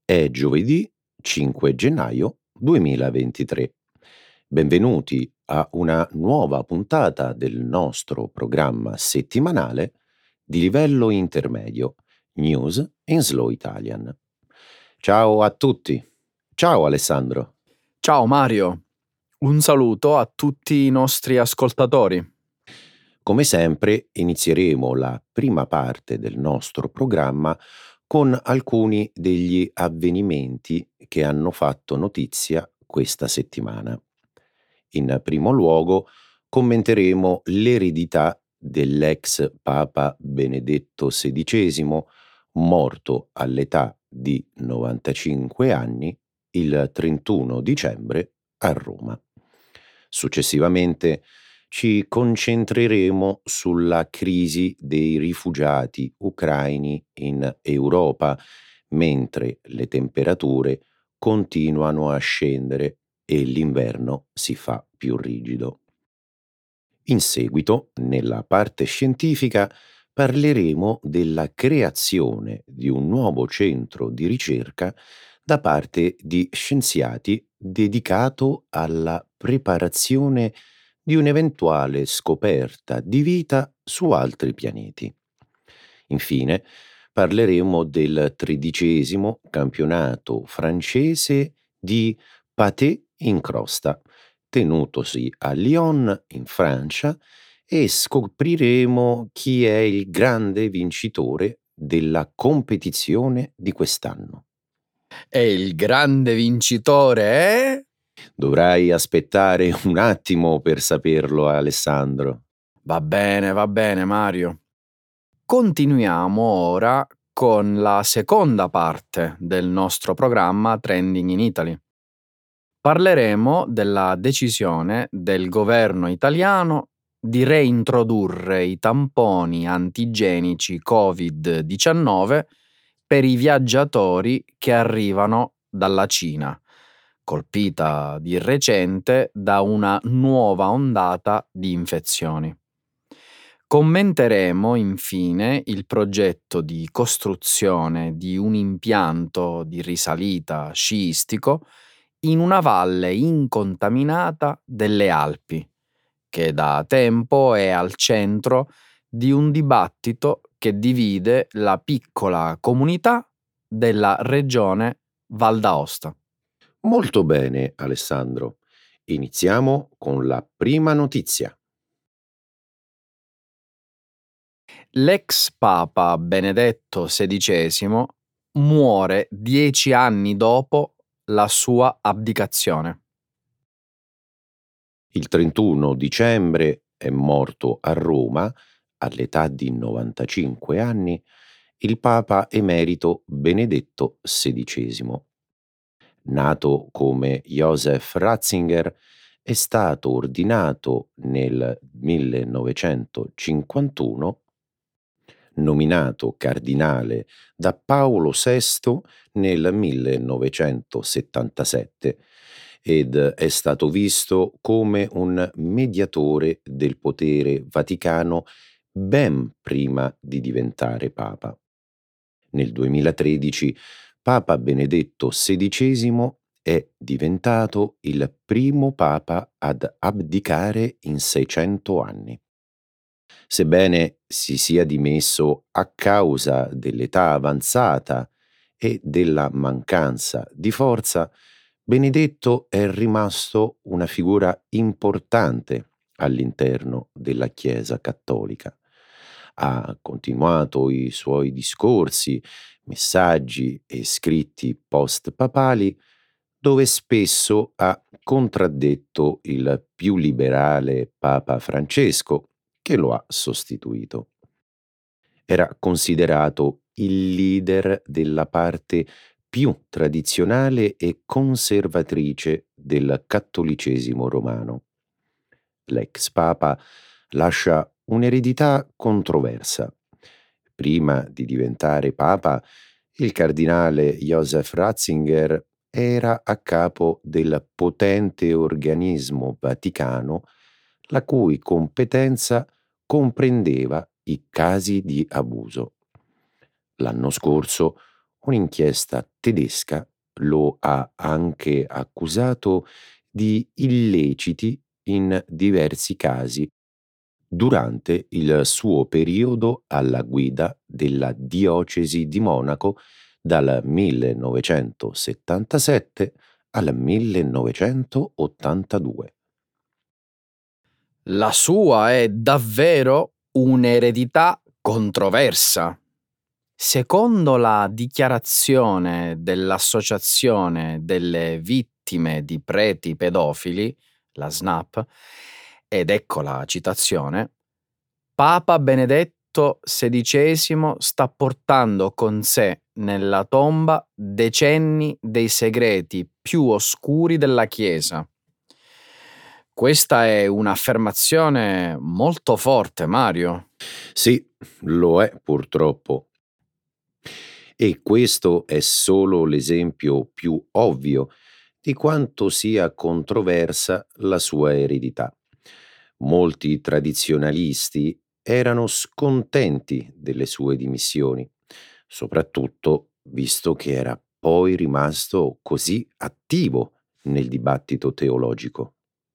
È giovedì 5 gennaio 2023. Benvenuti a una nuova puntata del nostro programma settimanale di livello intermedio News in Slow Italian. Ciao a tutti. Ciao Alessandro. Ciao Mario, un saluto a tutti i nostri ascoltatori. Come sempre inizieremo la prima parte del nostro programma con alcuni degli avvenimenti che hanno fatto notizia questa settimana. In primo luogo commenteremo l'eredità dell'ex Papa Benedetto XVI, morto all'età di 95 anni il 31 dicembre a Roma. Successivamente ci concentreremo sulla crisi dei rifugiati ucraini in Europa, mentre le temperature continuano a scendere e l'inverno si fa più rigido. In seguito, nella parte scientifica, parleremo della creazione di un nuovo centro di ricerca da parte di scienziati dedicato alla preparazione di un'eventuale scoperta di vita su altri pianeti. Infine, parleremo del 13° campionato francese di pâté in crosta, tenutosi a Lyon, in Francia, e scopriremo chi è il grande vincitore della competizione di quest'anno. E il grande vincitore è... Dovrai aspettare un attimo per saperlo, Alessandro. Va bene Mario. Continuiamo ora con la seconda parte del nostro programma Trending in Italy. Parleremo della decisione del governo italiano di reintrodurre i tamponi antigenici Covid-19 per i viaggiatori che arrivano dalla Cina, colpita di recente da una nuova ondata di infezioni. Commenteremo infine il progetto di costruzione di un impianto di risalita sciistico in una valle incontaminata delle Alpi, che da tempo è al centro di un dibattito che divide la piccola comunità della regione Val d'Aosta. Molto bene, Alessandro. Iniziamo con la prima notizia. L'ex Papa Benedetto XVI muore 10 anni dopo la sua abdicazione. Il 31 dicembre è morto a Roma, all'età di 95 anni, il Papa emerito Benedetto XVI. Nato come Joseph Ratzinger, è stato ordinato nel 1951, nominato cardinale da Paolo VI nel 1977 ed è stato visto come un mediatore del potere vaticano ben prima di diventare Papa. Nel 2013 Papa Benedetto XVI è diventato il primo Papa ad abdicare in 600 anni. Sebbene si sia dimesso a causa dell'età avanzata e della mancanza di forza, Benedetto è rimasto una figura importante all'interno della Chiesa cattolica. Ha continuato i suoi discorsi, messaggi e scritti post-papali, dove spesso ha contraddetto il più liberale Papa Francesco, che lo ha sostituito. Era considerato il leader della parte più tradizionale e conservatrice del cattolicesimo romano. L'ex Papa lascia un'eredità controversa. Prima di diventare Papa, il cardinale Joseph Ratzinger era a capo del potente organismo vaticano, la cui competenza comprendeva i casi di abuso. L'anno scorso Un'inchiesta tedesca lo ha anche accusato di illeciti in diversi casi durante il suo periodo alla guida della diocesi di Monaco dal 1977 al 1982. La sua è davvero un'eredità controversa. Secondo la dichiarazione dell'Associazione delle vittime di preti pedofili, la SNAP, ed ecco la citazione, Papa Benedetto XVI sta portando con sé nella tomba decenni dei segreti più oscuri della Chiesa. Questa è un'affermazione molto forte, Mario. Sì, lo è purtroppo. E questo è solo l'esempio più ovvio di quanto sia controversa la sua eredità. Molti tradizionalisti erano scontenti delle sue dimissioni, soprattutto visto che era poi rimasto così attivo nel dibattito teologico.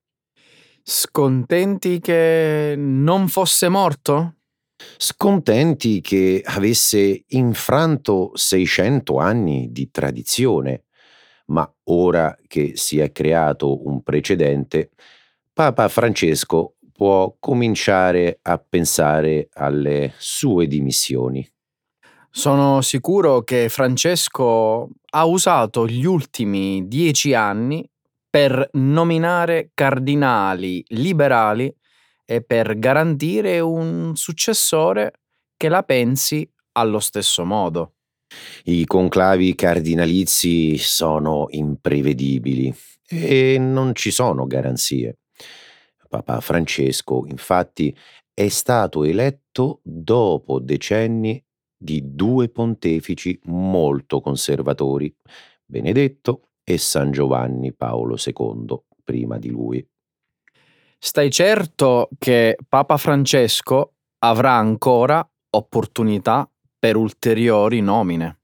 Scontenti che non fosse morto? Scontenti che avesse infranto 600 anni di tradizione, ma ora che si è creato un precedente, Papa Francesco può cominciare a pensare alle sue dimissioni. Sono sicuro che Francesco ha usato gli ultimi 10 anni per nominare cardinali liberali e per garantire un successore che la pensi allo stesso modo. I conclavi cardinalizi sono imprevedibili e non ci sono garanzie. Papa Francesco, infatti, è stato eletto dopo decenni di due pontefici molto conservatori, Benedetto e San Giovanni Paolo II, prima di lui. Stai certo che Papa Francesco avrà ancora opportunità per ulteriori nomine.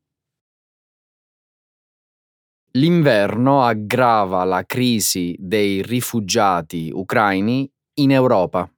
L'inverno aggrava la crisi dei rifugiati ucraini in Europa.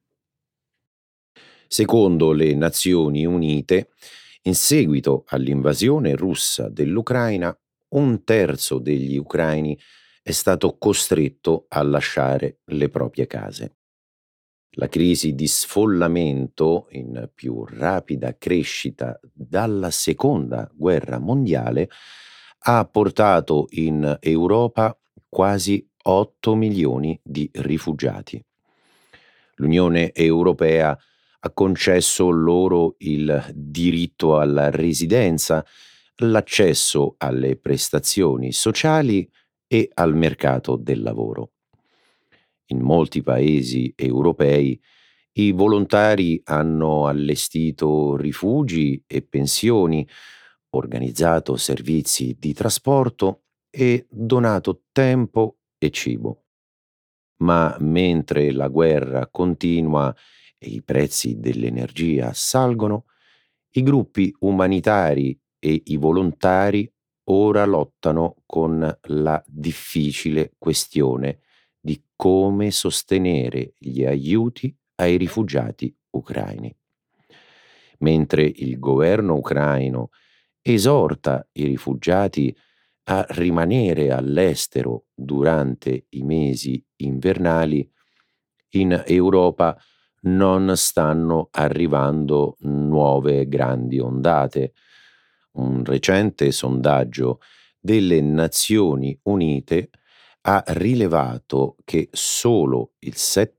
Secondo le Nazioni Unite, in seguito all'invasione russa dell'Ucraina, un terzo degli ucraini è stato costretto a lasciare le proprie case. La crisi di sfollamento in più rapida crescita dalla seconda guerra mondiale ha portato in Europa quasi 8 milioni di rifugiati. L'Unione Europea ha concesso loro il diritto alla residenza, l'accesso alle prestazioni sociali e al mercato del lavoro. In molti paesi europei i volontari hanno allestito rifugi e pensioni, organizzato servizi di trasporto e donato tempo e cibo. Ma mentre la guerra continua e i prezzi dell'energia salgono, i gruppi umanitari e i volontari ora lottano con la difficile questione di come sostenere gli aiuti ai rifugiati ucraini. Mentre il governo ucraino esorta i rifugiati a rimanere all'estero durante i mesi invernali, in Europa non stanno arrivando nuove grandi ondate. Un recente sondaggio delle Nazioni Unite ha rilevato che solo il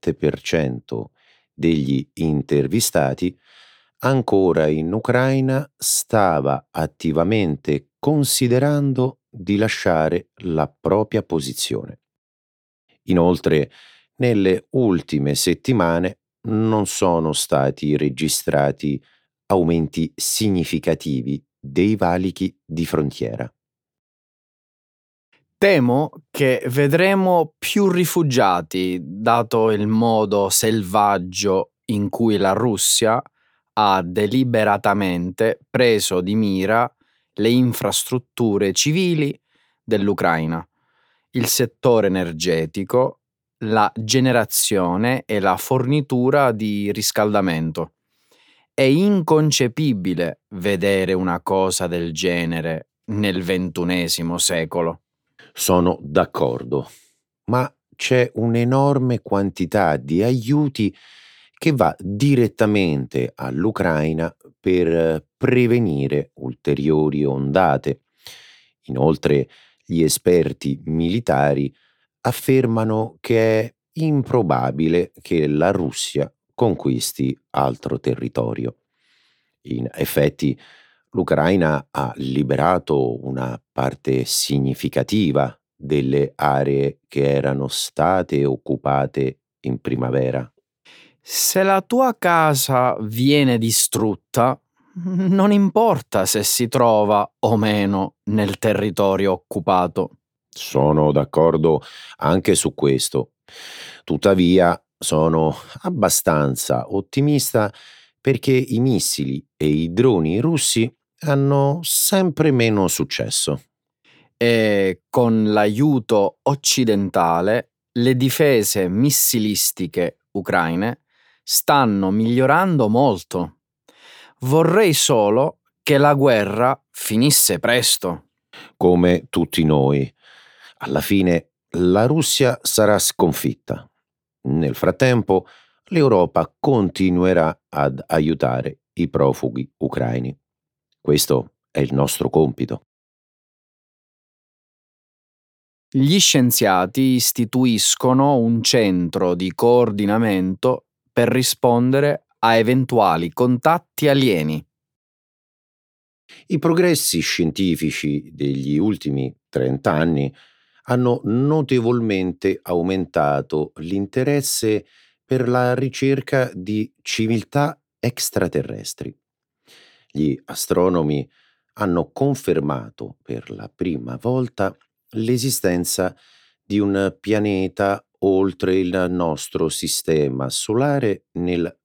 7% degli intervistati ancora in Ucraina stava attivamente considerando di lasciare la propria posizione. Inoltre, nelle ultime settimane non sono stati registrati aumenti significativi dei valichi di frontiera. Temo che vedremo più rifugiati, dato il modo selvaggio in cui la Russia ha deliberatamente preso di mira le infrastrutture civili dell'Ucraina, il settore energetico, la generazione e la fornitura di riscaldamento. È inconcepibile vedere una cosa del genere nel XXI secolo. Sono d'accordo, ma c'è un'enorme quantità di aiuti che va direttamente all'Ucraina per prevenire ulteriori ondate. Inoltre, gli esperti militari affermano che è improbabile che la Russia conquisti altro territorio. In effetti, l'Ucraina ha liberato una parte significativa delle aree che erano state occupate in primavera. Se la tua casa viene distrutta, non importa se si trova o meno nel territorio occupato. Sono d'accordo anche su questo. Tuttavia, sono abbastanza ottimista perché i missili e i droni russi hanno sempre meno successo. E con l'aiuto occidentale, le difese missilistiche ucraine stanno migliorando molto. Vorrei solo che la guerra finisse presto. Come tutti noi. Alla fine la Russia sarà sconfitta. Nel frattempo, l'Europa continuerà ad aiutare i profughi ucraini. Questo è il nostro compito. Gli scienziati istituiscono un centro di coordinamento per rispondere a eventuali contatti alieni. I progressi scientifici degli ultimi 30 anni hanno notevolmente aumentato l'interesse per la ricerca di civiltà extraterrestri. Gli astronomi hanno confermato per la prima volta l'esistenza di un pianeta oltre il nostro sistema solare nel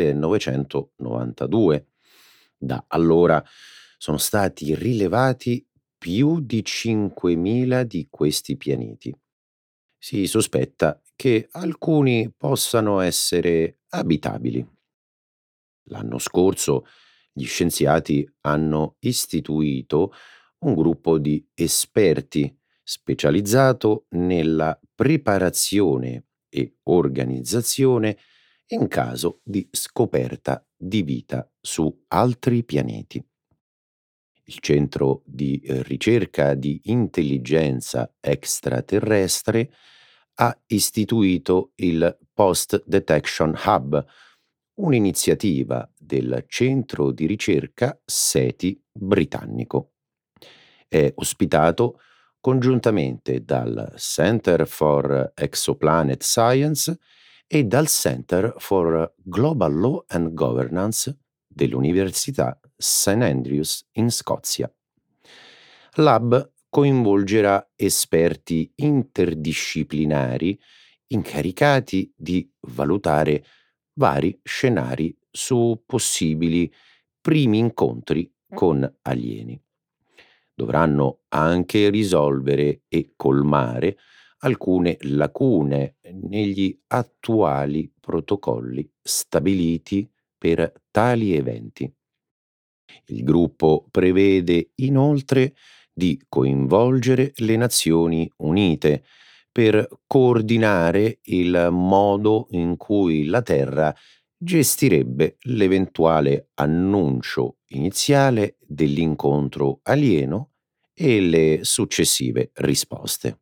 1992. Da allora sono stati rilevati più di 5.000 di questi pianeti. Si sospetta che alcuni possano essere abitabili. L'anno scorso gli scienziati hanno istituito un gruppo di esperti specializzato nella preparazione e organizzazione in caso di scoperta di vita su altri pianeti. Il centro di ricerca di intelligenza extraterrestre ha istituito il Post Detection Hub, un'iniziativa del centro di ricerca SETI britannico. È ospitato congiuntamente dal Center for Exoplanet Science e dal Center for Global Law and Governance dell'Università St. Andrews in Scozia. L'hub coinvolgerà esperti interdisciplinari incaricati di valutare vari scenari su possibili primi incontri con alieni. Dovranno anche risolvere e colmare alcune lacune negli attuali protocolli stabiliti per tali eventi. Il gruppo prevede inoltre di coinvolgere le Nazioni Unite per coordinare il modo in cui la Terra gestirebbe l'eventuale annuncio iniziale dell'incontro alieno e le successive risposte.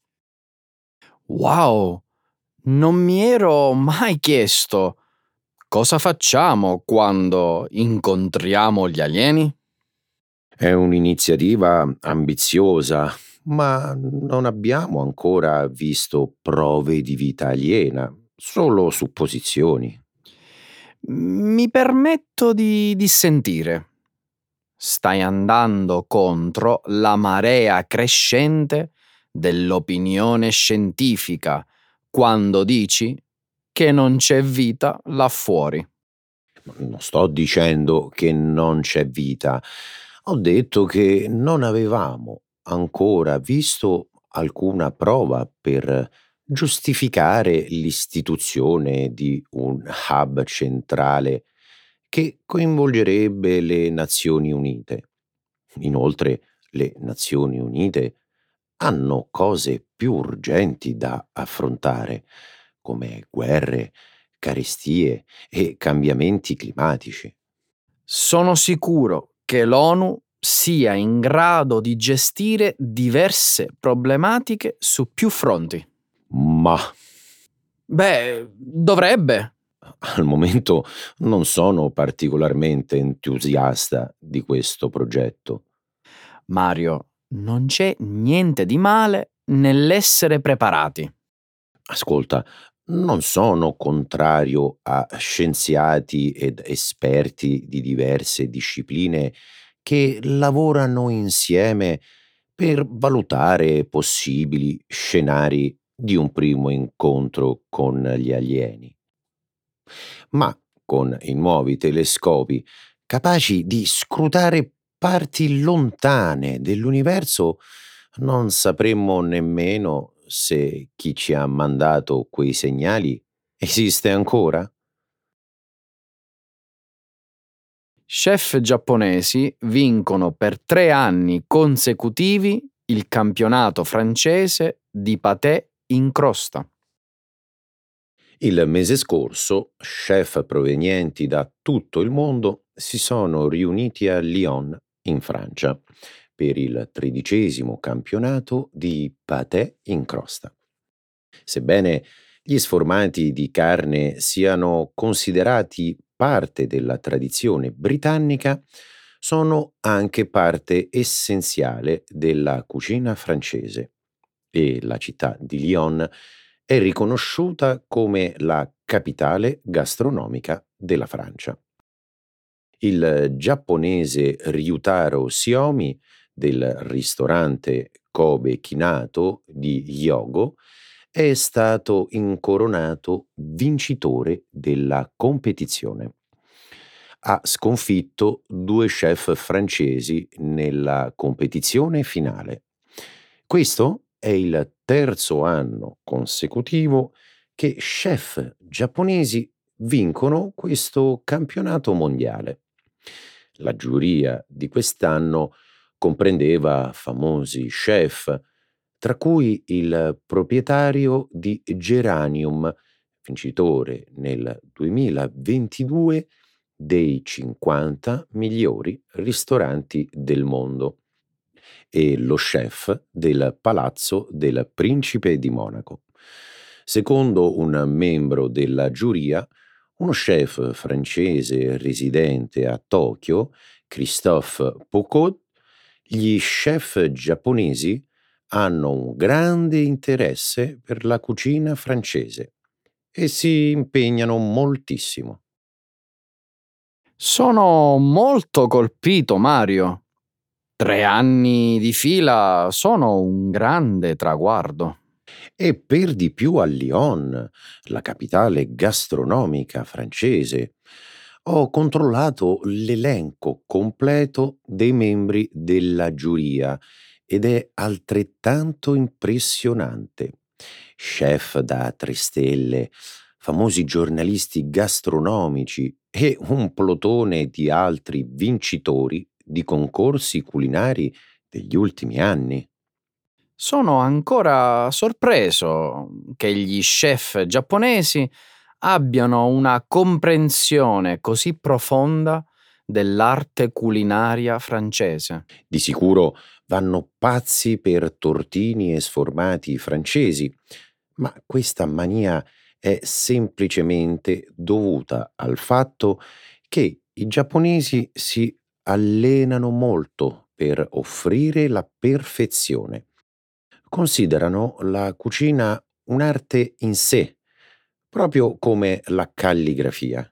Wow! Non mi ero mai chiesto cosa facciamo quando incontriamo gli alieni? È un'iniziativa ambiziosa, ma non abbiamo ancora visto prove di vita aliena, solo supposizioni. Mi permetto di dissentire. Stai andando contro la marea crescente dell'opinione scientifica quando dici che non c'è vita là fuori. Non sto dicendo che non c'è vita. Ho detto che non avevamo ancora visto alcuna prova per giustificare l'istituzione di un hub centrale che coinvolgerebbe le Nazioni Unite. Inoltre, le Nazioni Unite hanno cose più urgenti da affrontare, come guerre, carestie e cambiamenti climatici. Sono sicuro che l'ONU sia in grado di gestire diverse problematiche su più fronti. Ma Beh, dovrebbe. al momento non sono particolarmente entusiasta di questo progetto. Mario, non c'è niente di male nell'essere preparati. Ascolta, non sono contrario a scienziati ed esperti di diverse discipline che lavorano insieme per valutare possibili scenari di un primo incontro con gli alieni. Ma con i nuovi telescopi capaci di scrutare parti lontane dell'universo, non sapremmo nemmeno se chi ci ha mandato quei segnali esiste ancora. Chef giapponesi vincono per 3 anni consecutivi il campionato francese di patè in crosta. Il mese scorso, chef provenienti da tutto il mondo si sono riuniti a Lyon, in Francia, per il 13° campionato di paté in crosta. Sebbene gli sformati di carne siano considerati parte della tradizione britannica, sono anche parte essenziale della cucina francese e la città di Lyon è riconosciuta come la capitale gastronomica della Francia. Il giapponese Ryutaro Siomi del ristorante Kobe Kinato di Hyogo è stato incoronato vincitore della competizione. Ha sconfitto 2 chef francesi nella competizione finale. Questo è il terzo anno consecutivo che chef giapponesi vincono questo campionato mondiale. La giuria di quest'anno comprendeva famosi chef, tra cui il proprietario di Geranium, vincitore nel 2022 dei 50 migliori ristoranti del mondo, e lo chef del Palazzo del Principe di Monaco. Secondo un membro della giuria, uno chef francese residente a Tokyo, Christophe Pocot, gli chef giapponesi hanno un grande interesse per la cucina francese e si impegnano moltissimo. Sono molto colpito, Mario. 3 anni di fila sono un grande traguardo. E per di più a Lyon, la capitale gastronomica francese. Ho controllato l'elenco completo dei membri della giuria ed è altrettanto impressionante. Chef da 3 stelle, famosi giornalisti gastronomici e un plotone di altri vincitori di concorsi culinari degli ultimi anni. Sono ancora sorpreso che gli chef giapponesi abbiano una comprensione così profonda dell'arte culinaria francese. Di sicuro vanno pazzi per tortini e sformati francesi, ma questa mania è semplicemente dovuta al fatto che i giapponesi si allenano molto per offrire la perfezione. Considerano la cucina un'arte in sé, proprio come la calligrafia.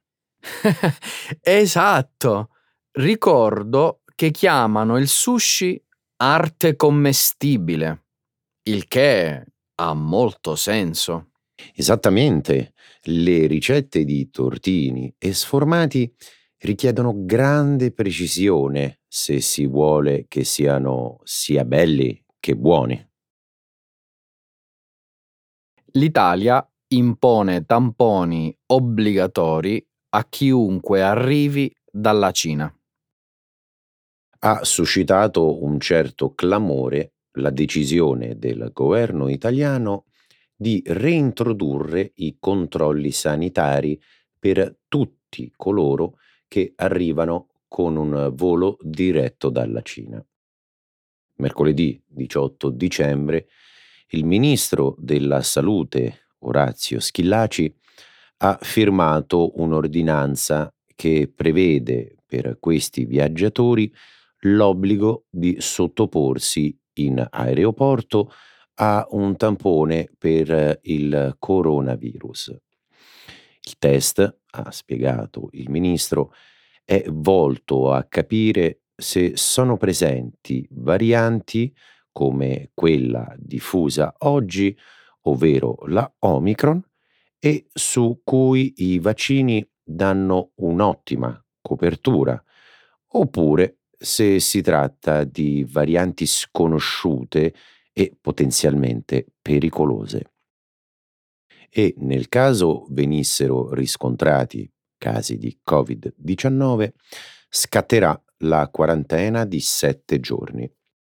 Esatto. Ricordo che chiamano il sushi arte commestibile, il che ha molto senso. Esattamente, le ricette di tortini e sformati richiedono grande precisione, se si vuole che siano sia belli che buoni. L'Italia impone tamponi obbligatori a chiunque arrivi dalla Cina. Ha suscitato un certo clamore la decisione del governo italiano di reintrodurre i controlli sanitari per tutti coloro che arrivano con un volo diretto dalla Cina. Mercoledì 18 dicembre il ministro della Salute, Orazio Schillaci, ha firmato un'ordinanza che prevede per questi viaggiatori l'obbligo di sottoporsi in aeroporto a un tampone per il coronavirus. Il test, ha spiegato il ministro, è volto a capire se sono presenti varianti come quella diffusa oggi, ovvero la Omicron, e su cui i vaccini danno un'ottima copertura, oppure se si tratta di varianti sconosciute e potenzialmente pericolose. E nel caso venissero riscontrati casi di Covid-19, scatterà la quarantena di 7 giorni.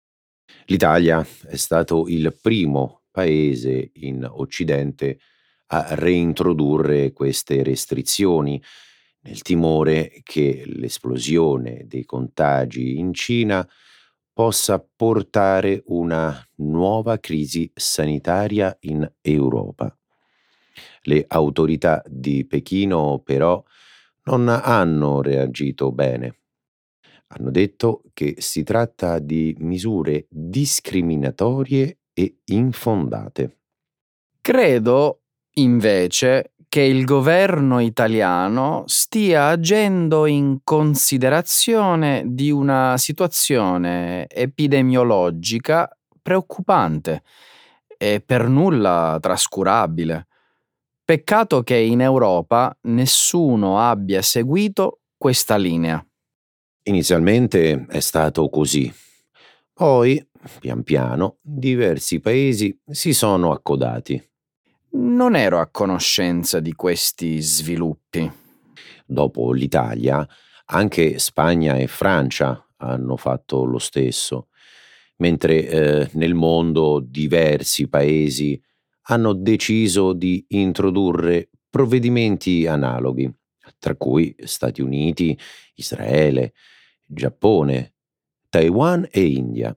L'Italia è stato il primo paese in Occidente a reintrodurre queste restrizioni, nel timore che l'esplosione dei contagi in Cina possa portare una nuova crisi sanitaria in Europa. Le autorità di Pechino però non hanno reagito bene. Hanno detto che si tratta di misure discriminatorie e infondate. Credo, invece, che il governo italiano stia agendo in considerazione di una situazione epidemiologica preoccupante e per nulla trascurabile. Peccato che in Europa nessuno abbia seguito questa linea. Inizialmente è stato così. Poi, pian piano, diversi paesi si sono accodati. Non ero a conoscenza di questi sviluppi. Dopo l'Italia, anche Spagna e Francia hanno fatto lo stesso, mentre nel mondo diversi paesi hanno deciso di introdurre provvedimenti analoghi, tra cui Stati Uniti, Israele, Giappone, Taiwan e India.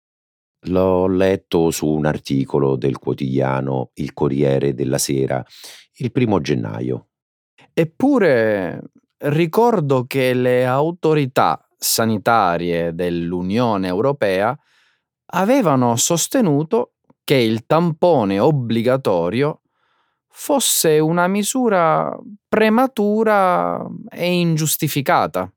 L'ho letto su un articolo del quotidiano Il Corriere della Sera il 1° gennaio. Eppure ricordo che le autorità sanitarie dell'Unione Europea avevano sostenuto che il tampone obbligatorio fosse una misura prematura e ingiustificata.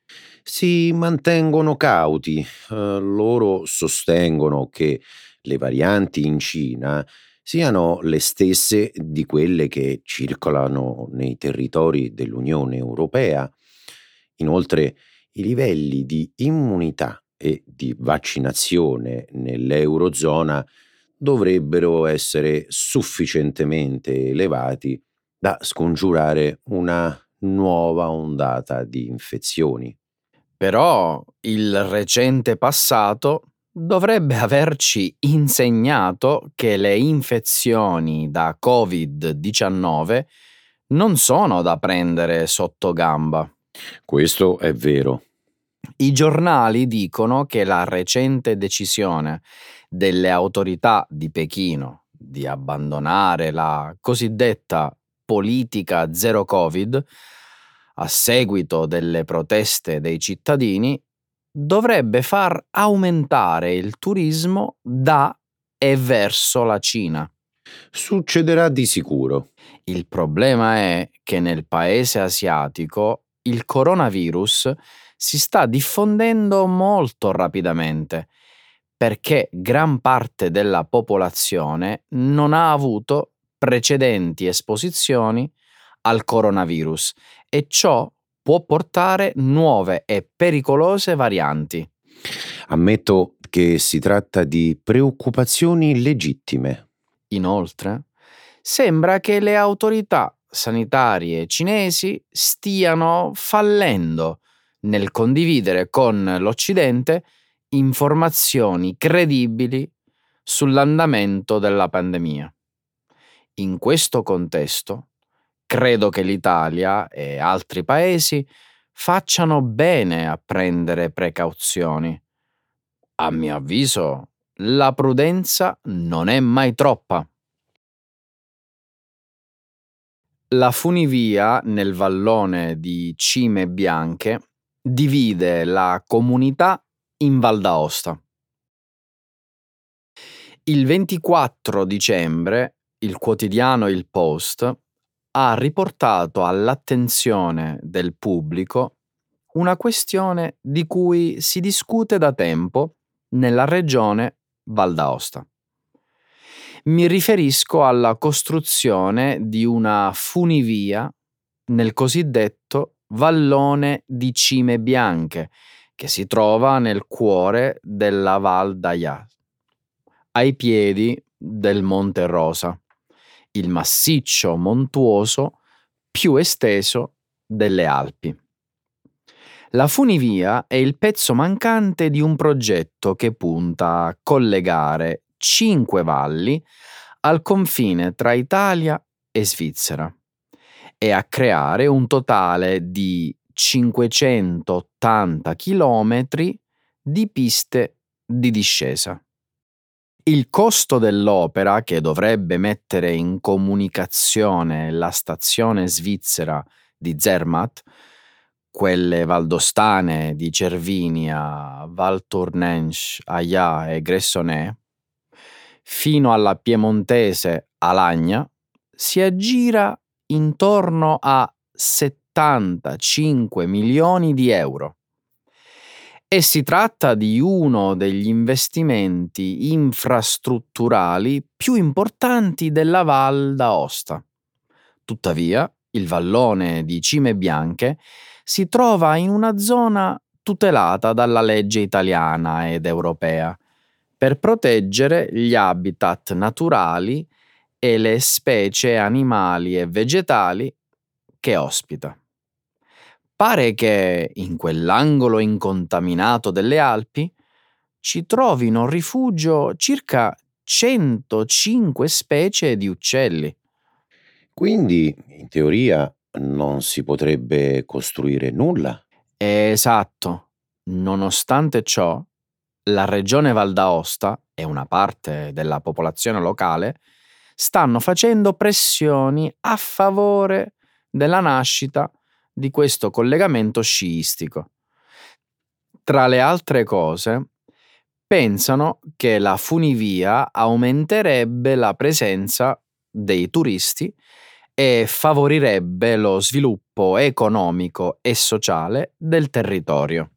Si mantengono cauti, loro sostengono che le varianti in Cina siano le stesse di quelle che circolano nei territori dell'Unione Europea. Inoltre, i livelli di immunità e di vaccinazione nell'Eurozona dovrebbero essere sufficientemente elevati da scongiurare una nuova ondata di infezioni. Però il recente passato dovrebbe averci insegnato che le infezioni da Covid-19 non sono da prendere sotto gamba. Questo è vero. I giornali dicono che la recente decisione delle autorità di Pechino di abbandonare la cosiddetta politica zero Covid a seguito delle proteste dei cittadini dovrebbe far aumentare il turismo da e verso la Cina. Succederà di sicuro. Il problema è che nel paese asiatico il coronavirus si sta diffondendo molto rapidamente perché gran parte della popolazione non ha avuto precedenti esposizioni al coronavirus e ciò può portare nuove e pericolose varianti. Ammetto che si tratta di preoccupazioni legittime. Inoltre, sembra che le autorità sanitarie cinesi stiano fallendo nel condividere con l'Occidente informazioni credibili sull'andamento della pandemia. In questo contesto, credo che l'Italia e altri paesi facciano bene a prendere precauzioni. A mio avviso, la prudenza non è mai troppa. La funivia nel vallone di Cime Bianche divide la comunità in Val d'Aosta. Il 24 dicembre il quotidiano Il Post ha riportato all'attenzione del pubblico una questione di cui si discute da tempo nella regione Val d'Aosta. Mi riferisco alla costruzione di una funivia nel cosiddetto vallone di Cime Bianche, che si trova nel cuore della Val d'Ayas, ai piedi del Monte Rosa, il massiccio montuoso più esteso delle Alpi. La funivia è il pezzo mancante di un progetto che punta a collegare 5 valli al confine tra Italia e Svizzera e a creare un totale di 580 chilometri di piste di discesa. Il costo dell'opera, che dovrebbe mettere in comunicazione la stazione svizzera di Zermatt, quelle valdostane di Cervinia, Val Tournanche, Aia e Gressoney, fino alla piemontese Alagna, si aggira intorno a 75 milioni di euro. E si tratta di uno degli investimenti infrastrutturali più importanti della Val d'Aosta. Tuttavia, il vallone di Cime Bianche si trova in una zona tutelata dalla legge italiana ed europea per proteggere gli habitat naturali e le specie animali e vegetali che ospita. Pare che in quell'angolo incontaminato delle Alpi ci trovino rifugio circa 105 specie di uccelli. Quindi, in teoria, non si potrebbe costruire nulla. Esatto. Nonostante ciò, la regione Val d'Aosta e una parte della popolazione locale stanno facendo pressioni a favore della nascita di questo collegamento sciistico. Tra le altre cose, pensano che la funivia aumenterebbe la presenza dei turisti e favorirebbe lo sviluppo economico e sociale del territorio.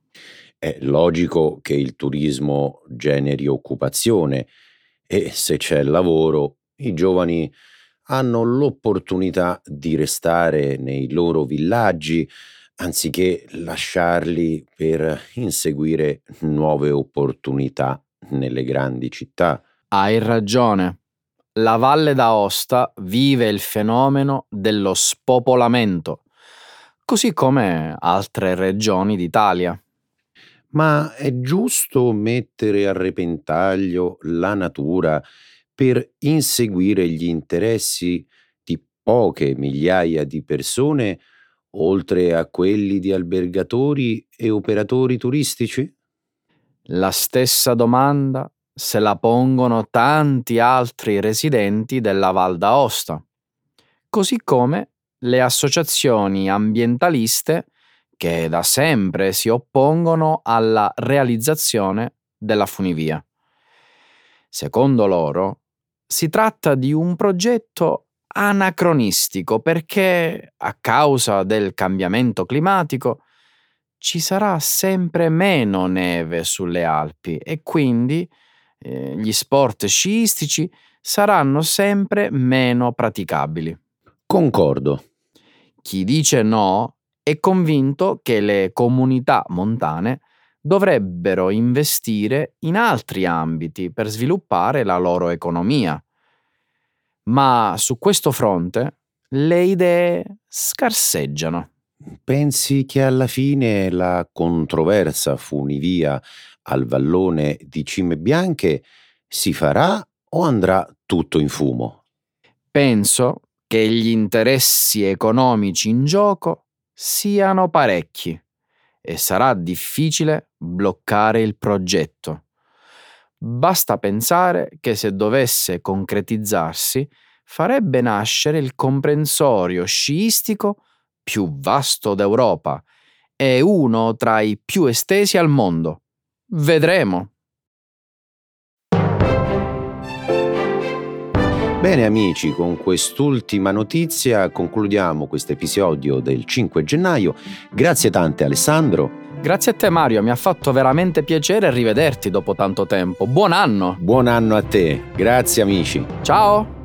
È logico che il turismo generi occupazione e se c'è lavoro, i giovani hanno l'opportunità di restare nei loro villaggi anziché lasciarli per inseguire nuove opportunità nelle grandi città. Hai ragione. La Valle d'Aosta vive il fenomeno dello spopolamento, così come altre regioni d'Italia. Ma è giusto mettere a repentaglio la natura per inseguire gli interessi di poche migliaia di persone, oltre a quelli di albergatori e operatori turistici? La stessa domanda se la pongono tanti altri residenti della Val d'Aosta, così come le associazioni ambientaliste che da sempre si oppongono alla realizzazione della funivia. Secondo loro, si tratta di un progetto anacronistico perché, a causa del cambiamento climatico, ci sarà sempre meno neve sulle Alpi e quindi gli sport sciistici saranno sempre meno praticabili. Concordo. Chi dice no È convinto che le comunità montane dovrebbero investire in altri ambiti per sviluppare la loro economia. Ma su questo fronte le idee scarseggiano. Pensi che alla fine la controversa funivia al vallone di Cime Bianche si farà o andrà tutto in fumo? Penso che gli interessi economici in gioco siano parecchi e sarà difficile bloccare il progetto. Basta pensare che se dovesse concretizzarsi, farebbe nascere il comprensorio sciistico più vasto d'Europa e uno tra i più estesi al mondo. Vedremo. Bene amici, con quest'ultima notizia concludiamo questo episodio del 5 gennaio. Grazie tante Alessandro. Grazie a te Mario, mi ha fatto veramente piacere rivederti dopo tanto tempo. Buon anno! Buon anno a te. Grazie amici. Ciao!